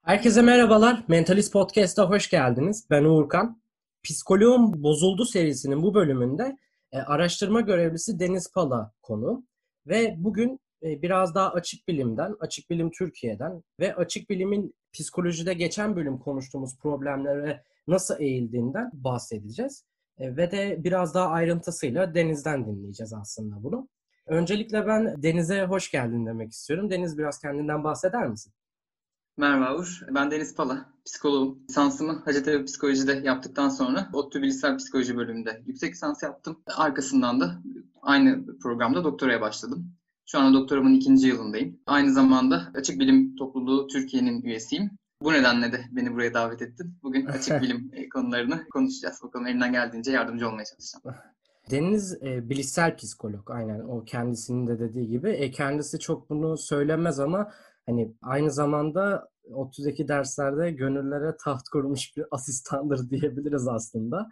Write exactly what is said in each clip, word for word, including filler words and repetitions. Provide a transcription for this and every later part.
Herkese merhabalar. Mentalist Podcast'a hoş geldiniz. Ben Uğurkan. Psikoloğum Bozuldu serisinin bu bölümünde e, araştırma görevlisi Deniz Pala konu. Ve bugün e, biraz daha açık bilimden, açık bilim Türkiye'den ve açık bilimin psikolojide geçen bölüm konuştuğumuz problemlere nasıl eğildiğinden bahsedeceğiz. E, ve de biraz daha ayrıntısıyla Deniz'den dinleyeceğiz aslında bunu. Öncelikle ben Deniz'e hoş geldin demek istiyorum. Deniz, biraz kendinden bahseder misin? Merhaba Uğur. Ben Deniz Pala, psikoloğum. Lisansımı Hacettepe Psikoloji'de yaptıktan sonra ODTÜ Bilişsel Psikoloji bölümünde yüksek lisans yaptım. Arkasından da aynı programda doktoraya başladım. Şu an doktoramın ikinci yılındayım. Aynı zamanda Açık Bilim Topluluğu Türkiye'nin üyesiyim. Bu nedenle de beni buraya davet ettin. Bugün açık bilim konularını konuşacağız. Bakalım elimden geldiğince yardımcı olmaya çalışacağım. Deniz e, bilişsel psikolog, aynen o kendisinin de dediği gibi. E, kendisi çok bunu söylemez ama hani aynı zamanda ODTÜ'deki derslerde gönüllere taht kurmuş bir asistandır diyebiliriz aslında.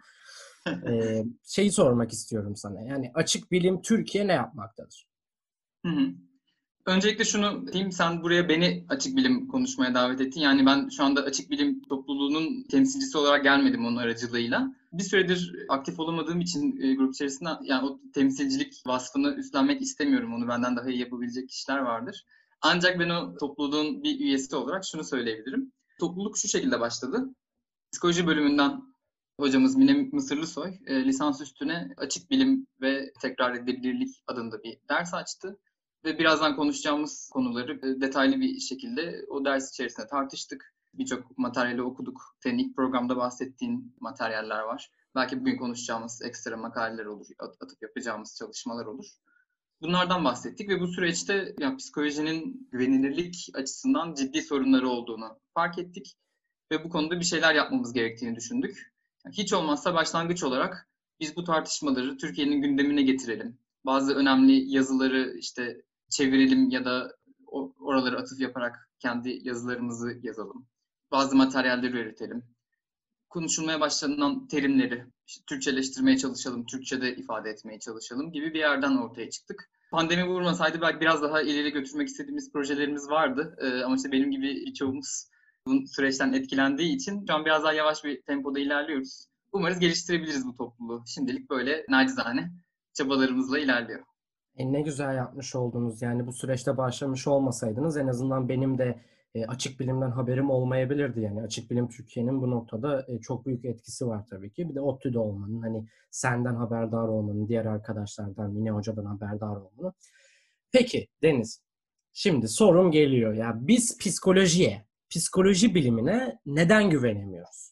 E, şeyi sormak istiyorum sana. Yani açık bilim Türkiye ne yapmaktadır? Hı hı. Öncelikle şunu diyeyim, sen buraya beni açık bilim konuşmaya davet ettin. Yani ben şu anda açık bilim topluluğunun temsilcisi olarak gelmedim onun aracılığıyla. Bir süredir aktif olamadığım için e, grup içerisinde yani o temsilcilik vasfını üstlenmek istemiyorum. Onu benden daha iyi yapabilecek kişiler vardır. Ancak ben o topluluğun bir üyesi olarak şunu söyleyebilirim. Topluluk şu şekilde başladı. Psikoloji bölümünden hocamız Mine Mısırlısoy e, lisans üstüne açık bilim ve tekrar edilebilirlik adında bir ders açtı. Ve birazdan konuşacağımız konuları e, detaylı bir şekilde o ders içerisinde tartıştık. Birçok materyali okuduk. Senin ilk programda bahsettiğin materyaller var. Belki bugün konuşacağımız ekstra makaleler olur, atıp yapacağımız çalışmalar olur. Bunlardan bahsettik ve bu süreçte yani psikolojinin güvenilirlik açısından ciddi sorunları olduğunu fark ettik. Ve bu konuda bir şeyler yapmamız gerektiğini düşündük. Yani hiç olmazsa başlangıç olarak biz bu tartışmaları Türkiye'nin gündemine getirelim. Bazı önemli yazıları işte çevirelim ya da oraları atıf yaparak kendi yazılarımızı yazalım. Bazı materyalleri üretelim. Konuşulmaya başlanan terimleri işte Türkçeleştirmeye çalışalım, Türkçe'de ifade etmeye çalışalım gibi bir yerden ortaya çıktık. Pandemi vurmasaydı belki biraz daha ileri götürmek istediğimiz projelerimiz vardı. Ee, ama işte benim gibi birçoğumuz bu süreçten etkilendiği için şu an biraz daha yavaş bir tempoda ilerliyoruz. Umarız geliştirebiliriz bu topluluğu. Şimdilik böyle nacizane çabalarımızla ilerliyor. E, ne güzel yapmış oldunuz. Yani bu süreçte başlamış olmasaydınız en azından benim de e, açık bilimden haberim olmayabilirdi. Yani açık bilim Türkiye'nin bu noktada e, çok büyük etkisi var tabii ki. Bir de ODTÜ'de olmanın, hani senden haberdar olmanın, diğer arkadaşlardan, Mine Hoca'dan haberdar olmanın. Peki Deniz, şimdi sorum geliyor. Ya biz psikolojiye, psikoloji bilimine neden güvenemiyoruz?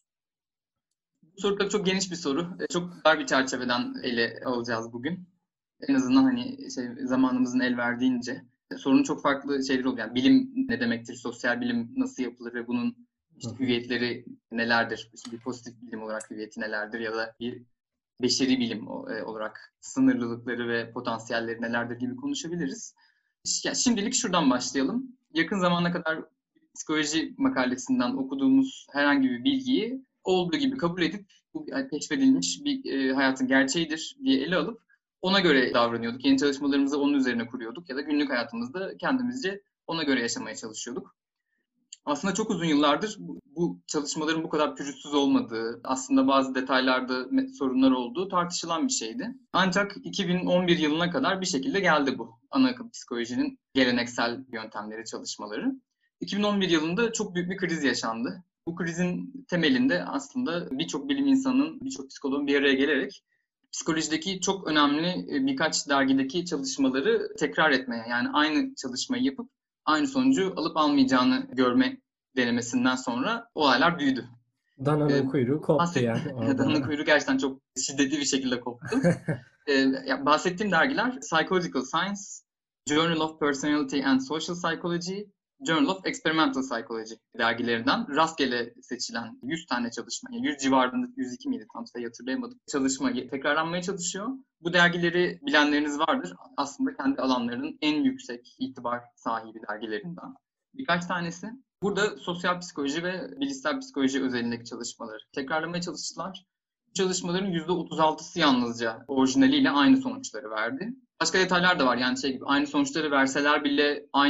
Bu soru da çok geniş bir soru. Çok dar bir çerçeveden ele alacağız bugün. En azından hani şey, zamanımızın el verdiğince. Sorunun çok farklı şeyleri oluyor. Yani bilim ne demektir, sosyal bilim nasıl yapılır ve bunun işte hüviyetleri nelerdir? İşte bir pozitif bilim olarak hüviyeti nelerdir ya da bir beşeri bilim olarak sınırlılıkları ve potansiyelleri nelerdir gibi konuşabiliriz. Yani şimdilik şuradan başlayalım. Yakın zamana kadar psikoloji makalesinden okuduğumuz herhangi bir bilgiyi olduğu gibi kabul edip bu keşfedilmiş bir e, hayatın gerçeğidir diye ele alıp ona göre davranıyorduk. Yeni çalışmalarımızı onun üzerine kuruyorduk ya da günlük hayatımızda kendimizce ona göre yaşamaya çalışıyorduk. Aslında çok uzun yıllardır bu, bu çalışmaların bu kadar pürüzsüz olmadığı, aslında bazı detaylarda sorunlar olduğu tartışılan bir şeydi. Ancak iki bin on bir yılına kadar bir şekilde geldi bu ana akım psikolojinin geleneksel yöntemleri, çalışmaları. iki bin on bir yılında çok büyük bir kriz yaşandı. Bu krizin temelinde aslında birçok bilim insanının, birçok psikoloğun bir araya gelerek psikolojideki çok önemli birkaç dergideki çalışmaları tekrar etmeye, yani aynı çalışmayı yapıp aynı sonucu alıp almayacağını görme denemesinden sonra olaylar büyüdü. Dananın Ee, kuyruğu koptu bahset... yani Dananın orada. kuyruğu gerçekten çok şiddetli bir şekilde koptu. Ee, bahsettiğim dergiler Psychological Science, Journal of Personality and Social Psychology, Journal of Experimental Psychology dergilerinden rastgele seçilen yüz tane çalışma, yani yüz civarında, yüz iki miydi tam sayı hatırlayamadım, çalışma tekrarlanmaya çalışıyor. Bu dergileri bilenleriniz vardır. Aslında kendi alanlarının en yüksek itibar sahibi dergilerinden birkaç tanesi. Burada sosyal psikoloji ve bilişsel psikoloji özelindeki çalışmaları tekrarlamaya çalıştılar. Bu çalışmaların yüzde otuz altısı yalnızca orijinaliyle aynı sonuçları verdi. Başka detaylar da var, yani şey gibi aynı sonuçları verseler bile aynı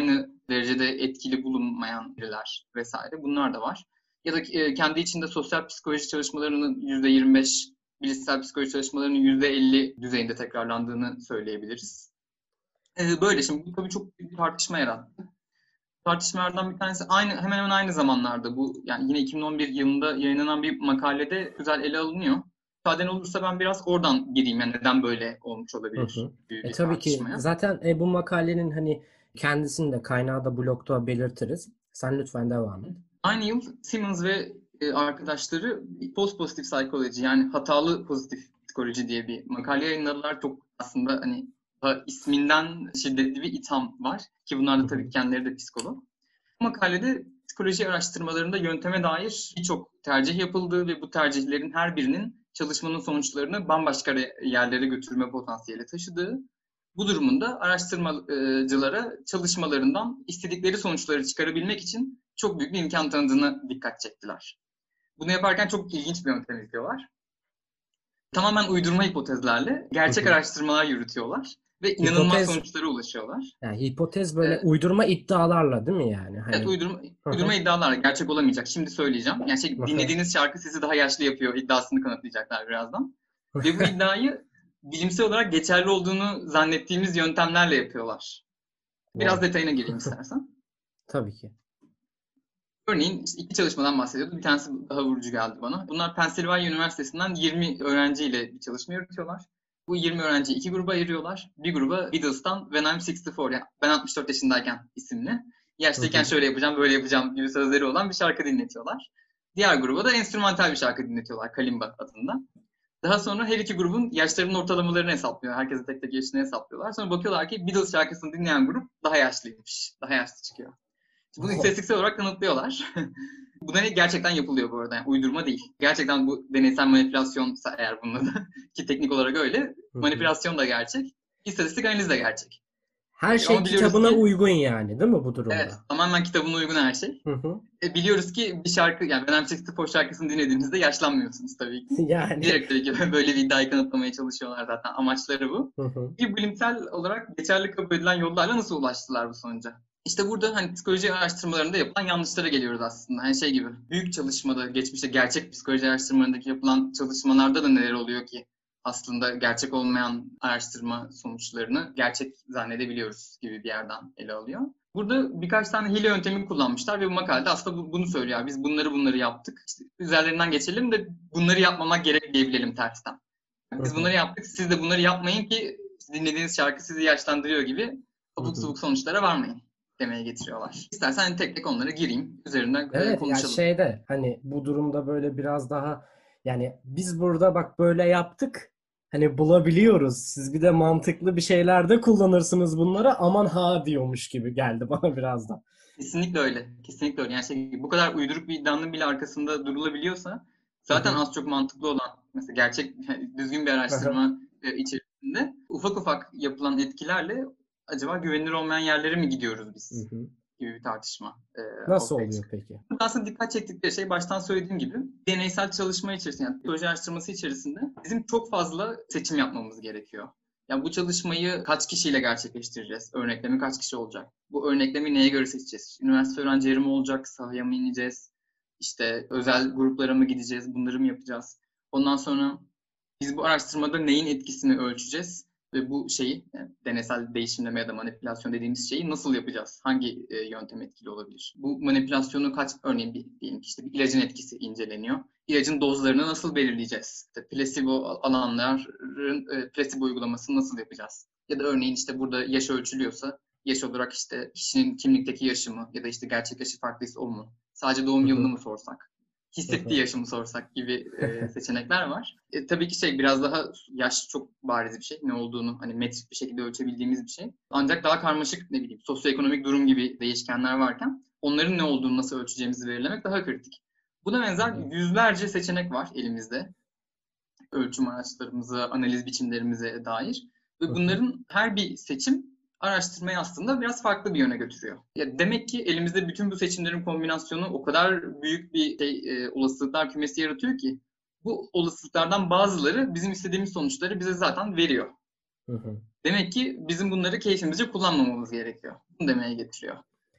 derecede etkili bulunmayan biriler vesaire bunlar da var. Ya da e, kendi içinde sosyal psikoloji çalışmalarının yüzde yirmi beş, bilişsel psikoloji çalışmalarının yüzde elli düzeyinde tekrarlandığını söyleyebiliriz. E, böyle şimdi bu tabii çok büyük bir tartışma yarattı. Tartışmalardan bir tanesi aynı hemen hemen aynı zamanlarda bu yani yine iki bin on bir yılında yayınlanan bir makalede güzel ele alınıyor. Müsaaden olursa ben biraz oradan gireyim. Yani neden böyle olmuş Hı olabilir hı. bir, E bir tabii ki tartışmaya. zaten e, bu makalenin hani kendisini de kaynağı da blogda belirtiriz. Sen lütfen devam et. Aynı yıl Simmons ve e, arkadaşları Post Positive Psychology yani hatalı pozitif psikoloji diye bir makale yayınladılar. Çok aslında hani isminden şiddetli bir itham var ki bunlar Hı da tabii hı. kendileri de psikolog. Bu makalede psikoloji araştırmalarında yönteme dair birçok tercih yapıldığı ve bu tercihlerin her birinin çalışmanın sonuçlarını bambaşka yerlere götürme potansiyeli taşıdığı, bu durumunda araştırmacılara çalışmalarından istedikleri sonuçları çıkarabilmek için çok büyük bir imkan tanıdığına dikkat çektiler. Bunu yaparken çok ilginç bir yöntem izliyorlar. Tamamen uydurma hipotezlerle Hı gerçek hı. araştırmalar yürütüyorlar ve inanılmaz Hipotez, sonuçlara ulaşıyorlar. yani hipotez böyle Ee, uydurma iddialarla değil mi yani? Evet, Hani uydurma, hı hı. uydurma iddialar gerçek olamayacak. Şimdi söyleyeceğim. Yani şey, Hı dinlediğiniz şarkı sizi daha yaşlı yapıyor iddiasını kanıtlayacaklar birazdan. Ve bu iddiayı bilimsel olarak geçerli olduğunu zannettiğimiz yöntemlerle yapıyorlar. Biraz Wow. detayına gireyim istersen. Tabii ki. Örneğin işte iki çalışmadan bahsediyordu. Bir tanesi daha vurucu geldi bana. Bunlar Pennsylvania Üniversitesi'nden yirmi öğrenciyle bir çalışma yürütüyorlar. Bu yirmi öğrenciyi iki gruba ayırıyorlar. Bir gruba Beatles'tan When I'm altmış dört, yani ben altmış dört yaşındayken isimli. Hı Yaşlıyken hı. şöyle yapacağım, böyle yapacağım gibi sözleri olan bir şarkı dinletiyorlar. Diğer gruba da enstrümantal bir şarkı dinletiyorlar Kalimba adında. Daha sonra her iki grubun yaşlarının ortalamalarını hesaplıyor. Herkese tek tek yaşını hesaplıyorlar. Sonra bakıyorlar ki Beatles şarkısını dinleyen grup daha yaşlıymış. Daha yaşlı çıkıyor. Bunu Oh. istatistiksel olarak kanıtlıyorlar. Bu deney gerçekten yapılıyor bu arada. Yani uydurma değil. Gerçekten bu deneysel manipülasyonsa eğer bunun adı ki teknik olarak öyle. Hı hı. Manipülasyon da gerçek. İstatistik analiz de gerçek. Her E, şey Ama biliyoruz kitabına ki uygun yani değil mi bu evet durumda? tamamen kitabına uygun her şey. Hı hı. E, biliyoruz ki bir şarkı yani Ben altmış dört şarkısını dinlediğinizde yaşlanmıyorsunuz tabii ki. Yani Direkt tabii ki böyle bir iddiayı kanıtlamaya çalışıyorlar zaten. Amaçları bu. hı hı. Bir bilimsel olarak geçerli kabul edilen yollarla nasıl ulaştılar bu sonuca? İşte burada hani psikoloji araştırmalarında yapılan yanlışlara geliyoruz aslında. Hani şey gibi büyük çalışmada, geçmişte gerçek psikoloji araştırmalarındaki yapılan çalışmalarda da neler oluyor ki aslında gerçek olmayan araştırma sonuçlarını gerçek zannedebiliyoruz gibi bir yerden ele alıyor. Burada birkaç tane hile yöntemi kullanmışlar ve bu makalede aslında bunu söylüyor. Biz bunları bunları yaptık. İşte üzerlerinden geçelim de bunları yapmamak gerek diyebilelim tersten. Hı Biz hı. bunları yaptık, siz de bunları yapmayın ki dinlediğiniz şarkı sizi yaşlandırıyor gibi Hı abuk hı. subuk sonuçlara varmayın demeye getiriyorlar. İstersen tek tek onlara gireyim, üzerinden e, Evet ya konuşalım. şeyde hani bu durumda böyle biraz daha yani biz burada bak böyle yaptık hani bulabiliyoruz. Siz bir de mantıklı bir şeylerde kullanırsınız bunları aman ha diyormuş gibi geldi bana biraz da. Kesinlikle öyle, kesinlikle öyle. Yani şey, bu kadar uyduruk bir iddianın bile arkasında durulabiliyorsa Hı zaten hı. az çok mantıklı olan, mesela gerçek, düzgün bir Aha. araştırma e, içerisinde ufak ufak yapılan etkilerle acaba güvenilir olmayan yerlere mi gidiyoruz Hı biz hı. gibi bir tartışma e, Nasıl ortaya oluyor çıkıyor. peki? Burada aslında dikkat çektikleri şey baştan söylediğim gibi deneysel çalışma içerisinde, yani proje araştırması içerisinde bizim çok fazla seçim yapmamız gerekiyor. Yani bu çalışmayı kaç kişiyle gerçekleştireceğiz? Örneklemi kaç kişi olacak? Bu örneklemi neye göre seçeceğiz? Üniversite öğrencileri mi olacak? Sahaya mı ineceğiz? İşte özel gruplara mı gideceğiz? Bunları mı yapacağız? Ondan sonra biz bu araştırmada neyin etkisini ölçeceğiz? Ve bu şeyi, yani deneysel değişimleme ya da manipülasyon dediğimiz şeyi nasıl yapacağız? Hangi e, yöntem etkili olabilir? Bu manipülasyonu kaç, örneğin bir, diyelim ki işte bir ilacın etkisi inceleniyor. İlacın dozlarını nasıl belirleyeceğiz? İşte plasebo alanların e, plasebo uygulamasını nasıl yapacağız? Ya da örneğin işte burada yaş ölçülüyorsa yaş olarak işte kişinin kimlikteki yaşı mı ya da işte gerçek yaşı farklıysa o mu? Sadece doğum Hı yılını hı. mı sorsak? Hı Hissettiği hı. yaşımı sorsak gibi e, seçenekler var. E, tabii ki şey biraz daha yaş çok bariz bir şey. Ne olduğunu hani metrik bir şekilde ölçebildiğimiz bir şey. Ancak daha karmaşık ne bileyim sosyoekonomik durum gibi değişkenler varken onların ne olduğunu nasıl ölçeceğimizi belirlemek daha kritik. Buna Hı benzer hı. yüzlerce seçenek var elimizde. Ölçüm araçlarımıza, analiz biçimlerimize dair. Hı Ve hı. bunların her bir seçim araştırmayı aslında biraz farklı bir yöne götürüyor. Ya demek ki elimizde bütün bu seçimlerin kombinasyonu o kadar büyük bir şey, e, olasılıklar kümesi yaratıyor ki bu olasılıklardan bazıları bizim istediğimiz sonuçları bize zaten veriyor. Hı hı. Demek ki bizim bunları keyfimizce kullanmamamız gerekiyor. Bunu demeye getiriyor.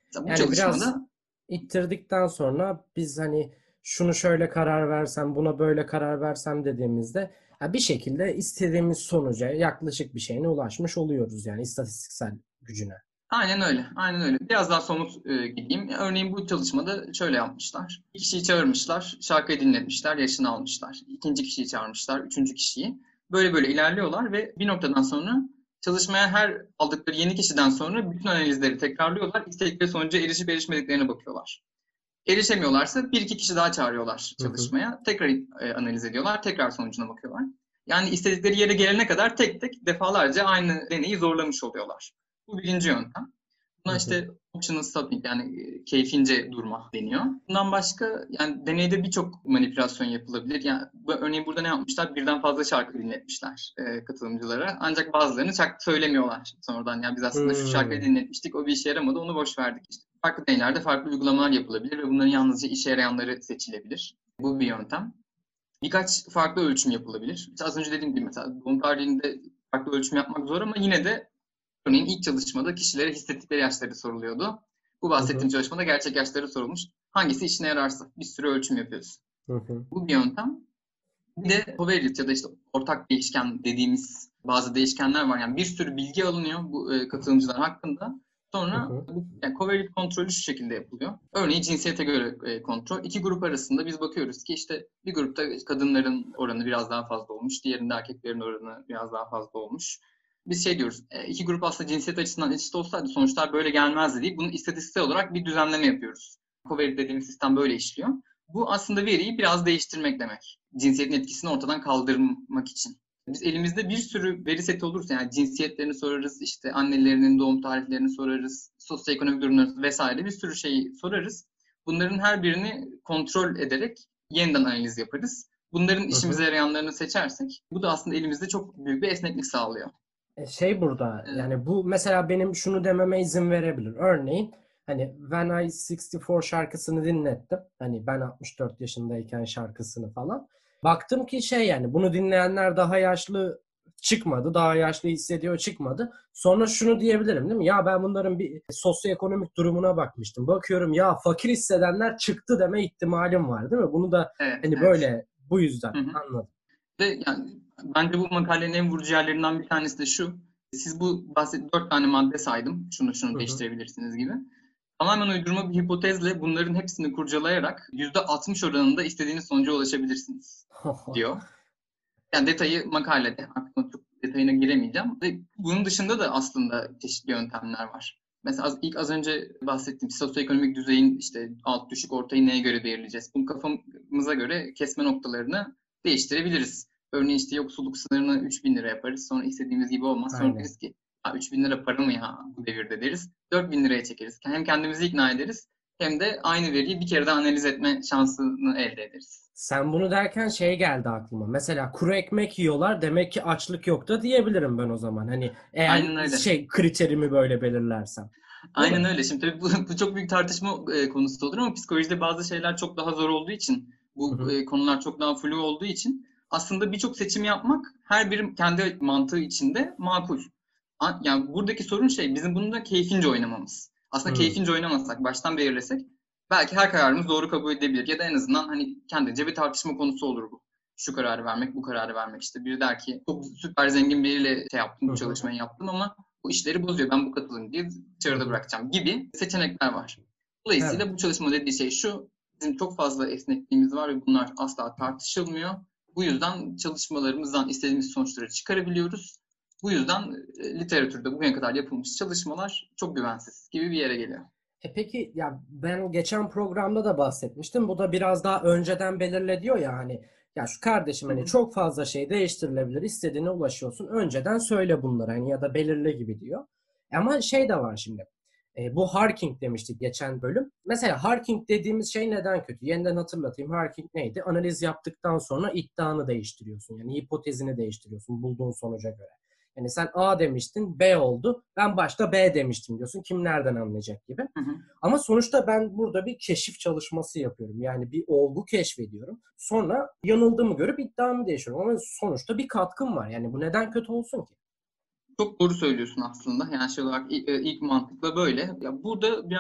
Mesela bu Yani biraz çalışmada ittirdikten sonra biz hani şunu şöyle karar versem, buna böyle karar versem dediğimizde ha, bir şekilde istediğimiz sonuca yaklaşık bir şeyine ulaşmış oluyoruz yani istatistiksel gücüne. aynen öyle. Aynen öyle. Biraz daha somut e, gideyim. Örneğin bu çalışmada şöyle yapmışlar. Bir kişiyi çağırmışlar, şarkıyı dinletmişler, yaşını almışlar. İkinci kişiyi çağırmışlar, üçüncü kişiyi. Böyle böyle ilerliyorlar ve bir noktadan sonra çalışmaya her aldıkları yeni kişiden sonra bütün analizleri tekrarlıyorlar. İstedikleri sonuca erişip erişmediklerine bakıyorlar. Erişemiyorlarsa bir iki kişi daha çağırıyorlar Hı hı. çalışmaya. Tekrar e, analiz ediyorlar, tekrar sonucuna bakıyorlar. Yani istedikleri yere gelene kadar tek tek defalarca aynı deneyi zorlamış oluyorlar. Bu birinci yöntem. Hı Buna hı. işte optional stopping yani e, keyfince durma deniyor. Bundan başka yani deneyde birçok manipülasyon yapılabilir. Yani bu, örneğin burada ne yapmışlar? Birden fazla şarkı dinletmişler e, katılımcılara. Ancak bazılarını çak söylemiyorlar sonradan. Yani biz aslında şu şarkıyı Hmm. dinletmiştik, o bir işe yaramadı, onu boş verdik işte. Farklı deneylerde farklı uygulamalar yapılabilir ve bunların yalnızca işe yarayanları seçilebilir. Bu bir yöntem. Birkaç farklı ölçüm yapılabilir. İşte az önce dediğim gibi mesela doğum tarihinde farklı ölçüm yapmak zor ama yine de örneğin ilk çalışmada kişilere hissettikleri yaşları soruluyordu. Bu Hı bahsettiğim hı. çalışmada gerçek yaşları sorulmuş. Hangisi işine yararsa bir sürü ölçüm yapıyoruz. Hı hı. Bu bir yöntem. Bir de covariate ya da işte ortak değişken dediğimiz bazı değişkenler var. Yani bir sürü bilgi alınıyor bu e, katılımcılar hakkında. Hı Sonra hı. bu yani covariate kontrolü şu şekilde yapılıyor. Örneğin cinsiyete göre e, kontrol. İki grup arasında biz bakıyoruz ki işte bir grupta kadınların oranı biraz daha fazla olmuş. Diğerinde erkeklerin oranı biraz daha fazla olmuş. Biz şey diyoruz, e, iki grup aslında cinsiyet açısından eşit olsaydı sonuçlar böyle gelmezdi deyip bunu istatistiksel olarak bir düzenleme yapıyoruz. Covariate dediğimiz sistem böyle işliyor. Bu aslında veriyi biraz değiştirmek demek. Cinsiyetin etkisini ortadan kaldırmak için. Biz elimizde bir sürü veri seti olursa yani cinsiyetlerini sorarız, işte annelerinin doğum tarihlerini sorarız, sosyoekonomik durumları vesaire bir sürü şeyi sorarız. Bunların her birini kontrol ederek yeniden analiz yaparız. Bunların Hı hı. işimize yarayanlarını seçersek bu da aslında elimizde çok büyük bir esneklik sağlıyor. E, Şey burada Ee, yani bu mesela benim şunu dememe izin verebilir. Örneğin hani When I altmış dört şarkısını dinlettim. Hani ben altmış dört yaşındayken şarkısını falan. Baktım ki şey yani bunu dinleyenler daha yaşlı çıkmadı. Daha yaşlı hissediyor çıkmadı. Sonra şunu diyebilirim değil mi? Ya ben bunların bir sosyoekonomik durumuna bakmıştım. Bakıyorum ya fakir hissedenler çıktı deme ihtimalim var değil mi? Bunu da evet, hani evet. böyle bu yüzden Hı hı. anladım. Ve yani bence bu makalenin en vurucu yerlerinden bir tanesi de şu. Siz bu bahsettiğim dört tane madde saydım. Şunu şunu Hı hı. değiştirebilirsiniz gibi. Tamamen uydurma bir hipotezle bunların hepsini kurcalayarak yüzde altmış oranında istediğiniz sonuca ulaşabilirsiniz diyor. Yani detayı makalede. Artık çok detayına giremeyeceğim. Ve bunun dışında da aslında çeşitli yöntemler var. Mesela az, ilk az önce bahsettiğim sosyoekonomik düzeyin işte alt düşük ortayı neye göre belirleyeceğiz? Bunu kafamıza göre kesme noktalarını değiştirebiliriz. Örneğin işte yoksulluk sınırını üç bin lira yaparız. Sonra istediğimiz gibi olmaz. Sonra Aynen. deriz ki üç bin lira para mı ya bu devirde deriz. dört bin liraya çekeriz. Hem kendimizi ikna ederiz hem de aynı veriyi bir kere daha analiz etme şansını elde ederiz. Sen bunu derken şey geldi aklıma. Mesela kuru ekmek yiyorlar demek ki açlık yok da diyebilirim ben o zaman. Hani eğer Aynen öyle. şey kriterimi böyle belirlersem. Değil Aynen mi? öyle. Şimdi tabii bu, bu çok büyük tartışma e, konusu olur ama psikolojide bazı şeyler çok daha zor olduğu için, Hı bu hı. e, konular çok daha flu olduğu için aslında birçok seçim yapmak her biri kendi mantığı içinde makul. A- Yani buradaki sorun şey bizim bunu da keyfince oynamamız. Aslında Hı. keyfince oynamasak, baştan belirlesek belki her kararımız doğru kabul edebilir ya da en azından hani kendince bir tartışma konusu olur bu. Şu kararı vermek, bu kararı vermek işte. Biri der ki çok süper zengin biriyle şey yaptım, Hı bu hı. çalışmayı yaptım ama bu işleri bozuyor. Ben bu katılım diye Hı dışarıda hı. bırakacağım gibi seçenekler var. Dolayısıyla Evet. bu çalışma dediği şey şu. Bizim çok fazla esnekliğimiz var ve bunlar asla tartışılmıyor. Bu yüzden çalışmalarımızdan istediğimiz sonuçları çıkarabiliyoruz. Bu yüzden e, literatürde bugüne kadar yapılmış çalışmalar çok güvensiz gibi bir yere geliyor. E peki ya ben geçen programda da bahsetmiştim. Bu da biraz daha önceden belirle diyor ya hani ya şu kardeşim Hı hani hı. çok fazla şey değiştirilebilir. İstediğine ulaşıyorsun. Önceden söyle bunları hani ya da belirle gibi diyor. Ama şey de var şimdi. E, bu harking demiştik geçen bölüm. Mesela harking dediğimiz şey neden kötü? Yeniden hatırlatayım. Harking neydi? Analiz yaptıktan sonra iddianı değiştiriyorsun. Yani hipotezini değiştiriyorsun bulduğun sonuca göre. Yani sen A demiştin, B oldu. Ben başta B demiştim diyorsun. Kim nereden anlayacak gibi. Hı hı. Ama sonuçta ben burada bir keşif çalışması yapıyorum. Yani bir olgu keşfediyorum. Sonra yanıldığımı görüp iddiamı değiştiriyorum. Ama sonuçta bir katkım var. Yani bu neden kötü olsun ki? Çok doğru söylüyorsun aslında. Yani şey olarak ilk, ilk mantıkla böyle. Ya burada biraz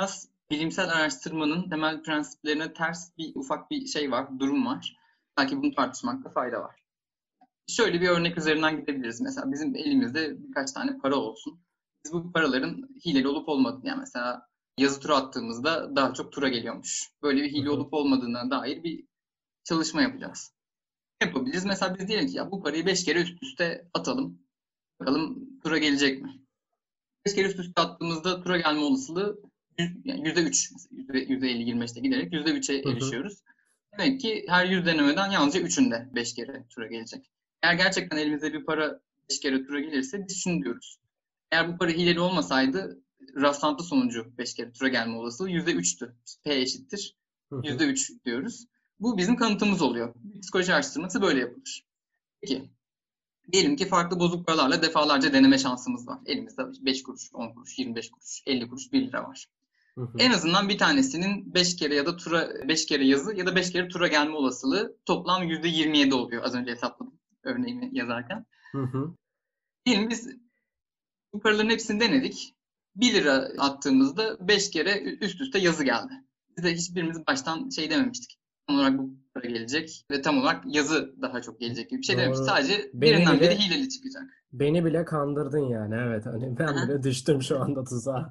bilimsel araştırmanın temel prensiplerine ters bir ufak bir şey var, durum var. Belki bunu tartışmakta fayda var. Şöyle bir örnek üzerinden gidebiliriz. Mesela bizim elimizde birkaç tane para olsun. Biz bu paraların hileli olup olmadığını, yani mesela yazı tura attığımızda daha çok tura geliyormuş. Böyle bir Hı hile hı. olup olmadığına dair bir çalışma yapacağız. Ne yapabiliriz? Mesela biz diyelim ki ya bu parayı beş kere üst üste atalım. Bakalım tura gelecek mi? beş kere üst üste attığımızda tura gelme olasılığı yani yüzde üç, yüzde elli yirmi beşte giderek yüzde üçe Hı hı. erişiyoruz. Demek ki her yüz denemeden yalnızca üçünde beş kere tura gelecek. Eğer gerçekten elimizde bir para beş kere tura gelirse biz şunu diyoruz. Eğer bu para hileli olmasaydı rastlantı sonucu beş kere tura gelme olasılığı yüzde üçtü. P eşittir Hı hı. yüzde üç diyoruz. Bu bizim kanıtımız oluyor. Psikoloji araştırması böyle yapılır. Peki, diyelim ki farklı bozuk paralarla defalarca deneme şansımız var. Elimizde beş kuruş, on kuruş, yirmi beş kuruş, elli kuruş, bir lira var. Hı hı. En azından bir tanesinin beş kere ya da tura beş kere yazı ya da beş kere tura gelme olasılığı toplam yüzde yirmi yedi oluyor. Az önce hesapladım örneğimi yazarken. Hı hı. Diyelim biz bu paraların hepsini denedik. bir lira attığımızda beş kere üst üste yazı geldi. Biz de hiçbirimiz baştan şey dememiştik. Tam olarak bu para gelecek ve tam olarak yazı daha çok gelecek gibi bir şey dememiştik. Doğru. Sadece Beni birinden biri bile hileli çıkacak. beni bile kandırdın yani. Evet. Hani ben bile düştüm şu anda tuzağa.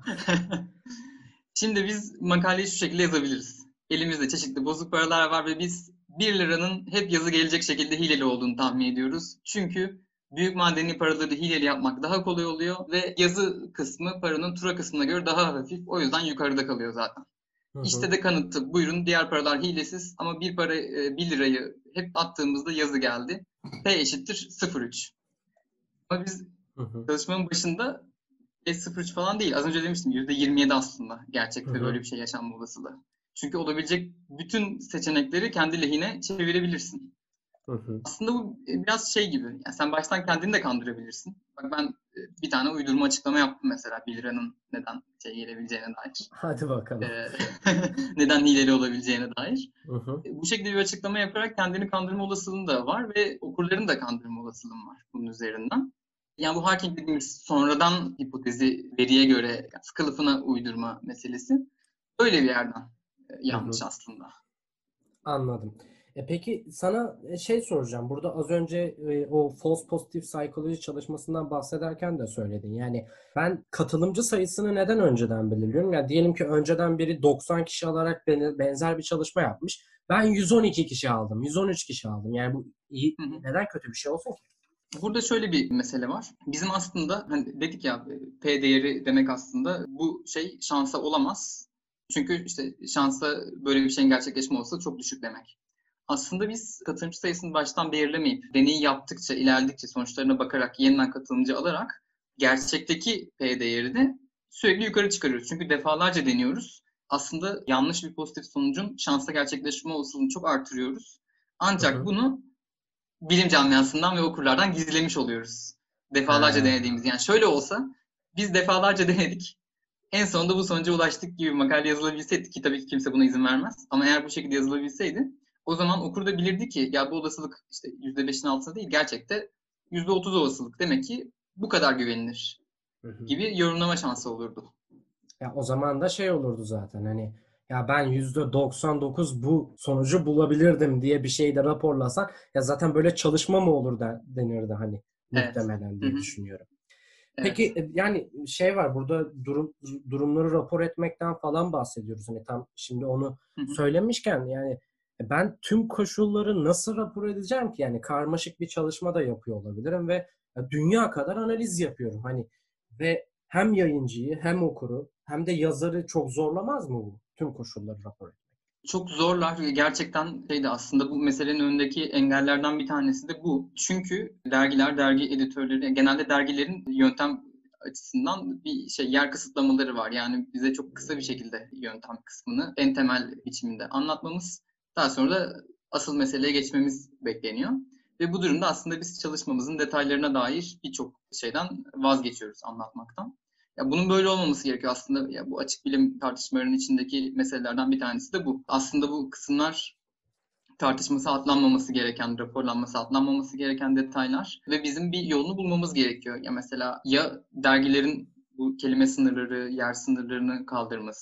Şimdi biz makaleyi şu şekilde yazabiliriz. Elimizde çeşitli bozuk paralar var ve biz bir liranın hep yazı gelecek şekilde hileli olduğunu tahmin ediyoruz. Çünkü büyük madeni paraları hileli yapmak daha kolay oluyor ve yazı kısmı paranın tura kısmına göre daha hafif. O yüzden yukarıda kalıyor zaten. Hı İşte hı. de kanıtı. Buyurun, diğer paralar hilesiz ama bir para e, bir lirayı hep attığımızda yazı geldi. P eşittir sıfır virgül üç. Ama biz Hı hı. çalışmanın başında S sıfır virgül üç falan değil. Az önce demiştim yüzde yirmi yedi aslında Hı gerçekte böyle hı. bir şey yaşanma olasılığı. Çünkü olabilecek bütün seçenekleri kendi lehine çevirebilirsin. Hı hı. Aslında bu biraz şey gibi. Yani sen baştan kendini de kandırabilirsin. Bak ben e, bir tane uydurma açıklama yaptım mesela bir liranın neden şey gelebileceğine dair. Hadi bakalım. Ee, neden hileli olabileceğine dair. Hı hı. E, Bu şekilde bir açıklama yaparak kendini kandırma olasılığın da var ve okurların da kandırma olasılığın var bunun üzerinden. Yani bu hacking dediğimiz sonradan hipotezi veriye göre kılıfına uydurma meselesi öyle bir yerden e, Hı hı. yanlış aslında. Anladım. E peki sana e, şey soracağım. Burada az önce e, o false positive psychology çalışmasından bahsederken de söyledin. Yani ben katılımcı sayısını neden önceden belirliyorum? Yani diyelim ki önceden biri doksan kişi alarak beni- benzer bir çalışma yapmış. Ben yüz on iki kişi aldım, yüz on üç kişi aldım. Yani bu iyi, Hı hı. neden kötü bir şey olsun ki? Burada şöyle bir mesele var. Bizim aslında hani dedik ya P değeri demek aslında bu şey şansa olamaz. Çünkü işte şansa böyle bir şeyin gerçekleşme olasılığı çok düşük demek. Aslında biz katılımcı sayısını baştan belirlemeyip deneyi yaptıkça, ilerledikçe sonuçlarına bakarak yeniden katılımcı alarak gerçekteki P değerini sürekli yukarı çıkarıyoruz. Çünkü defalarca deniyoruz. Aslında yanlış bir pozitif sonucun şansa gerçekleşme olasılığını çok artırıyoruz. Hı Ancak hı. bunu bilim camiasından ve okurlardan gizlemiş oluyoruz. Defalarca Ha. denediğimiz. Yani şöyle olsa biz defalarca denedik. En sonunda bu sonuca ulaştık gibi makale yazılabilseydi ki tabii ki kimse buna izin vermez. Ama eğer bu şekilde yazılabilseydi o zaman okur da bilirdi ki ya bu olasılık işte yüzde beşin altında değil gerçekte yüzde otuz olasılık. Demek ki bu kadar güvenilir Hı hı. gibi yorumlama şansı olurdu. Ya o zaman da şey olurdu zaten hani ya ben yüzde doksan dokuz bu sonucu bulabilirdim diye bir şey de raporlasan ya zaten böyle çalışma mı olur da denirdi hani Evet. muhtemelen Hı diye hı. düşünüyorum. Peki Evet. e, yani şey var burada durum durumları rapor etmekten falan bahsediyoruz. Hani tam şimdi onu Hı hı. söylemişken yani e, ben tüm koşulları nasıl rapor edeceğim ki? Yani karmaşık bir çalışma da yapıyor olabilirim ve e, dünya kadar analiz yapıyorum. Hani ve hem yayıncıyı hem okuru hem de yazarı çok zorlamaz mı bu tüm koşulları rapor etmek? Çok zorlar. Gerçekten şeydi aslında bu meselenin önündeki engellerden bir tanesi de bu. Çünkü dergiler, dergi editörleri, genelde dergilerin yöntem açısından bir şey yer kısıtlamaları var. Yani bize çok kısa bir şekilde yöntem kısmını en temel biçiminde anlatmamız, daha sonra da asıl meseleye geçmemiz bekleniyor. Ve bu durumda aslında biz çalışmamızın detaylarına dair birçok şeyden vazgeçiyoruz anlatmaktan. Ya bunun böyle olmaması gerekiyor aslında. Ya bu açık bilim tartışmalarının içindeki meselelerden bir tanesi de bu. Aslında bu kısımlar tartışması atlanmaması gereken, raporlanması atlanmaması gereken detaylar ve bizim bir yolunu bulmamız gerekiyor. Ya mesela ya dergilerin bu kelime sınırları, yer sınırlarını kaldırması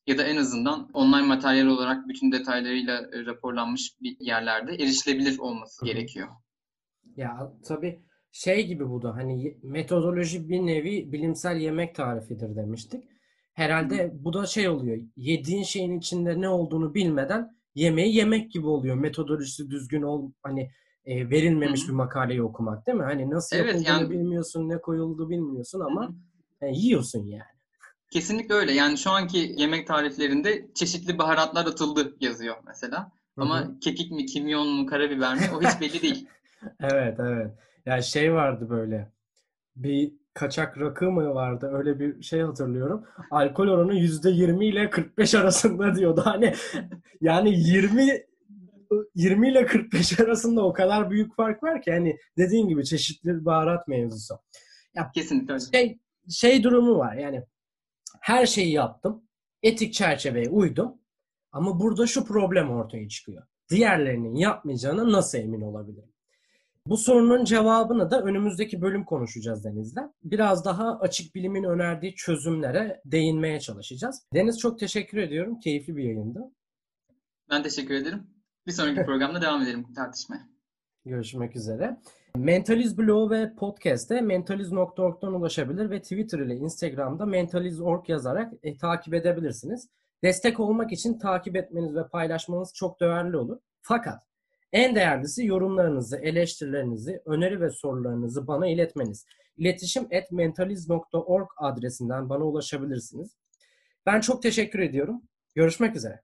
ya da en azından online materyal olarak bütün detaylarıyla raporlanmış bir yerlerde erişilebilir olması Hı hı. gerekiyor. Ya tabii şey gibi bu da hani metodoloji bir nevi bilimsel yemek tarifidir demiştik. Herhalde bu da şey oluyor. Yediğin şeyin içinde ne olduğunu bilmeden yemeği yemek gibi oluyor. Metodolojisi düzgün ol hani e, Hı verilmemiş hı. bir makaleyi okumak değil mi? Hani nasıl Evet yapıldığını yani bilmiyorsun, ne koyulduğunu bilmiyorsun hı hı. ama e, yiyorsun yani. Kesinlikle öyle. Yani şu anki yemek tariflerinde çeşitli baharatlar atıldı yazıyor mesela. Hı hı. Ama kekik mi, kimyon mu, karabiber mi o hiç belli değil. Evet, evet. Ya şey vardı böyle. Bir kaçak rakı mı vardı? Öyle bir şey hatırlıyorum. Alkol oranı yüzde yirmi ile kırk beş arasında diyordu. Hani yani yirmi yirmi ile kırk beş arasında o kadar büyük fark var ki hani dediğin gibi çeşitli baharat mevzusu. Ya Kesinlikle öyle. şey şey durumu var. Yani her şeyi yaptım. Etik çerçeveye uydum. Ama burada şu problem ortaya çıkıyor. Diğerlerinin yapmayacağına nasıl emin olabilirim? Bu sorunun cevabını da önümüzdeki bölüm konuşacağız Deniz'le. Biraz daha açık bilimin önerdiği çözümlere değinmeye çalışacağız. Deniz çok teşekkür ediyorum. Keyifli bir yayındı. Ben teşekkür ederim. Bir sonraki programda devam edelim tartışmaya. Görüşmek üzere. Mentaliz blogu ve podcast'te mentaliz nokta org'dan ulaşabilir ve Twitter ile Instagram'da mentaliz nokta org yazarak e, takip edebilirsiniz. Destek olmak için takip etmeniz ve paylaşmanız çok değerli olur. Fakat en değerlisi yorumlarınızı, eleştirilerinizi, öneri ve sorularınızı bana iletmeniz. İletişim at mentaliz nokta org adresinden bana ulaşabilirsiniz. Ben çok teşekkür ediyorum. Görüşmek üzere.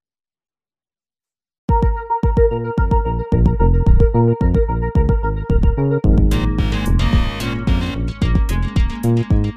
Thank you.